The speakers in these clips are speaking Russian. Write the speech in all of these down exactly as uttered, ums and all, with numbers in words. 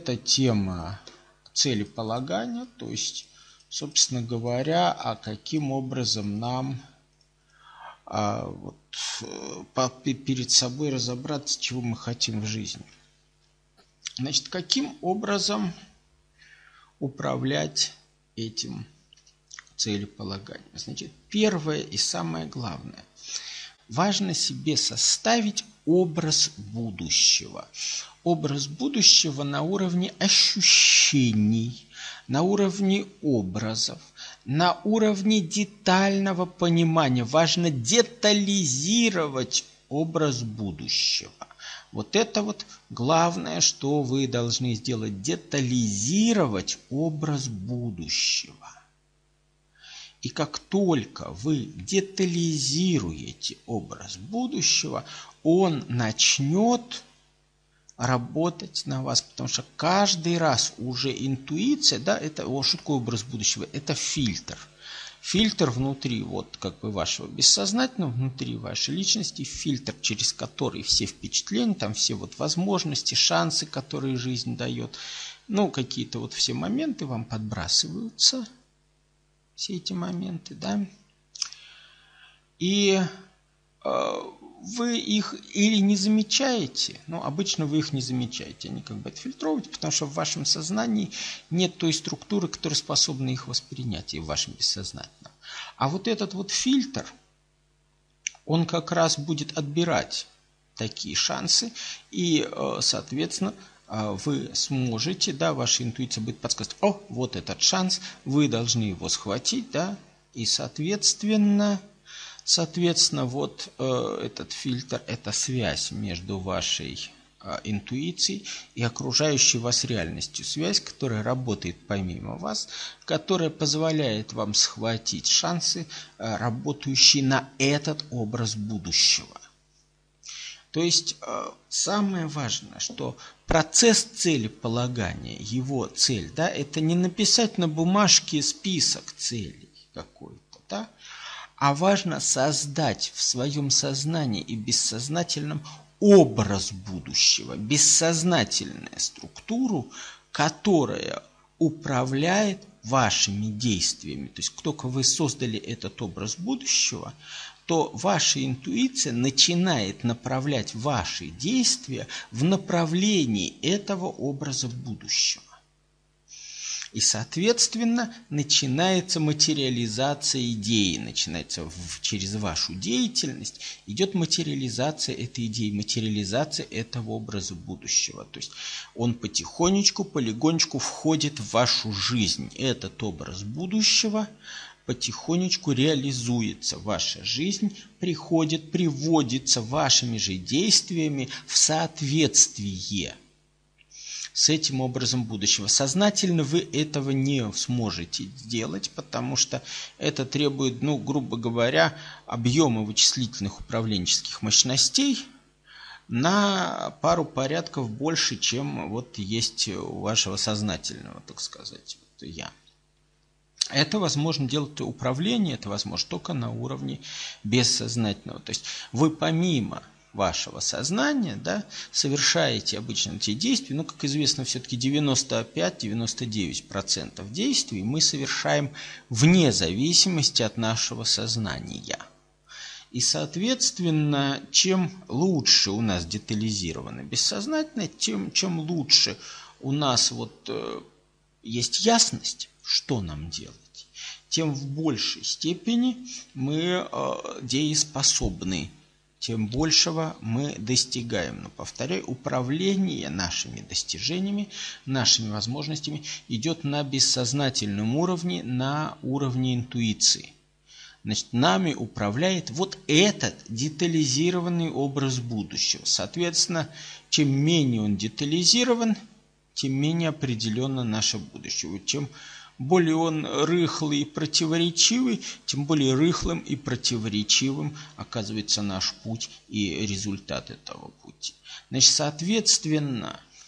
это тема целеполагания, то есть, собственно говоря, а каким образом нам а, вот, по, перед собой разобраться, чего мы хотим в жизни. Значит, каким образом управлять этим целеполаганием? Значит, первое и самое главное. Важно себе составить образ будущего. Образ будущего на уровне ощущений, на уровне образов, на уровне детального понимания. Важно детализировать образ будущего. Вот это вот главное, что вы должны сделать. Детализировать образ будущего. И как только вы детализируете образ будущего, он начнет работать на вас, потому что каждый раз уже интуиция, да, это о, что такое образ будущего? Это фильтр. Фильтр внутри вот как бы вашего бессознательного, внутри вашей личности, фильтр, через который все впечатления, там все вот возможности, шансы, которые жизнь дает, ну, какие-то вот все моменты вам подбрасываются. Все эти моменты, да, и э, вы их или не замечаете, ну, обычно вы их не замечаете, они как бы отфильтровывают, потому что в вашем сознании нет той структуры, которая способна их воспринять, и в вашем бессознательном. А вот этот вот фильтр, он как раз будет отбирать такие шансы, и, э, соответственно, вы сможете, да, ваша интуиция будет подсказывать: о, вот этот шанс, вы должны его схватить, да, и, соответственно, соответственно, вот э, этот фильтр, это связь между вашей э, интуицией и окружающей вас реальностью, связь, которая работает помимо вас, которая позволяет вам схватить шансы, э, работающие на этот образ будущего. То есть самое важное, что процесс целеполагания, его цель, да, это не написать на бумажке список целей какой-то, да, а важно создать в своем сознании и бессознательном образ будущего, бессознательную структуру, которая управляет вашими действиями. То есть, как только вы создали этот образ будущего, то ваша интуиция начинает направлять ваши действия в направлении этого образа будущего. И, соответственно, начинается материализация идеи, начинается в, через вашу деятельность, идет материализация этой идеи, материализация этого образа будущего. То есть он потихонечку, полигонечку входит в вашу жизнь. Этот образ будущего потихонечку реализуется, ваша жизнь приходит, приводится вашими же действиями в соответствие с этим образом будущего. Сознательно вы этого не сможете сделать, потому что это требует, ну, грубо говоря, объема вычислительных управленческих мощностей на пару порядков больше, чем вот есть у вашего сознательного, так сказать, вот я. Это возможно делать управление, это возможно только на уровне бессознательного. То есть вы помимо вашего сознания, да, совершаете обычно эти действия, но, как известно, все-таки девяносто пять - девяносто девять процентов действий мы совершаем вне зависимости от нашего сознания. И, соответственно, чем лучше у нас детализировано бессознательное, тем чем лучше у нас вот э, есть ясность, что нам делать, тем в большей степени мы э, дееспособны, тем большего мы достигаем. Но, повторяю, управление нашими достижениями, нашими возможностями идет на бессознательном уровне, на уровне интуиции. Значит, нами управляет вот этот детализированный образ будущего. Соответственно, чем менее он детализирован, тем менее определенно наше будущее. Чем более он рыхлый и противоречивый, тем более рыхлым и противоречивым оказывается наш путь и результат этого пути. Значит, соответственно,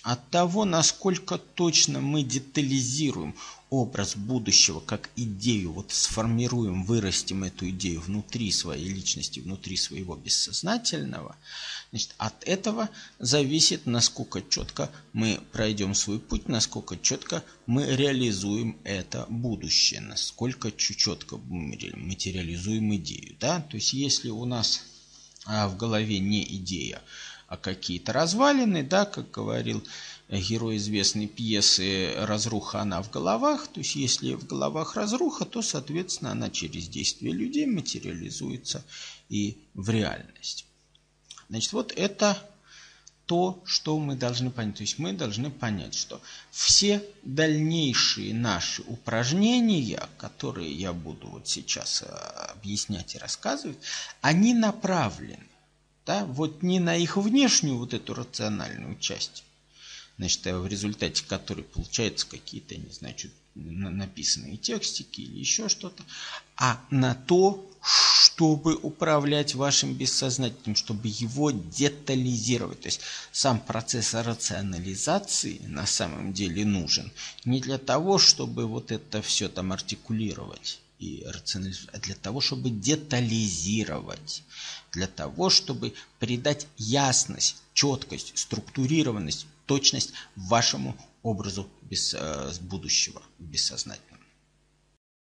от того, насколько точно мы детализируем образ будущего как идею, вот сформируем, вырастим эту идею внутри своей личности, внутри своего бессознательного, значит, от этого зависит, насколько четко мы пройдем свой путь, насколько четко мы реализуем это будущее, насколько четко мы материализуем идею. Да? То есть, если у нас а, в голове не идея, а какие-то развалины, да, как говорил герой известной пьесы «Разруха, она в головах». То есть, если в головах разруха, то, соответственно, она через действие людей материализуется и в реальность. Значит, вот это то, что мы должны понять. То есть, мы должны понять, что все дальнейшие наши упражнения, которые я буду вот сейчас объяснять и рассказывать, они направлены, да, вот не на их внешнюю вот эту рациональную часть, значит, в результате которой получаются какие-то, не знаю, что, написанные текстики или еще что-то, а на то, чтобы управлять вашим бессознательным, чтобы его детализировать. То есть сам процесс рационализации на самом деле нужен не для того, чтобы вот это все там артикулировать и рационализировать, а для того, чтобы детализировать, для того, чтобы придать ясность, четкость, структурированность, точность вашему образу без, э, будущего бессознательного.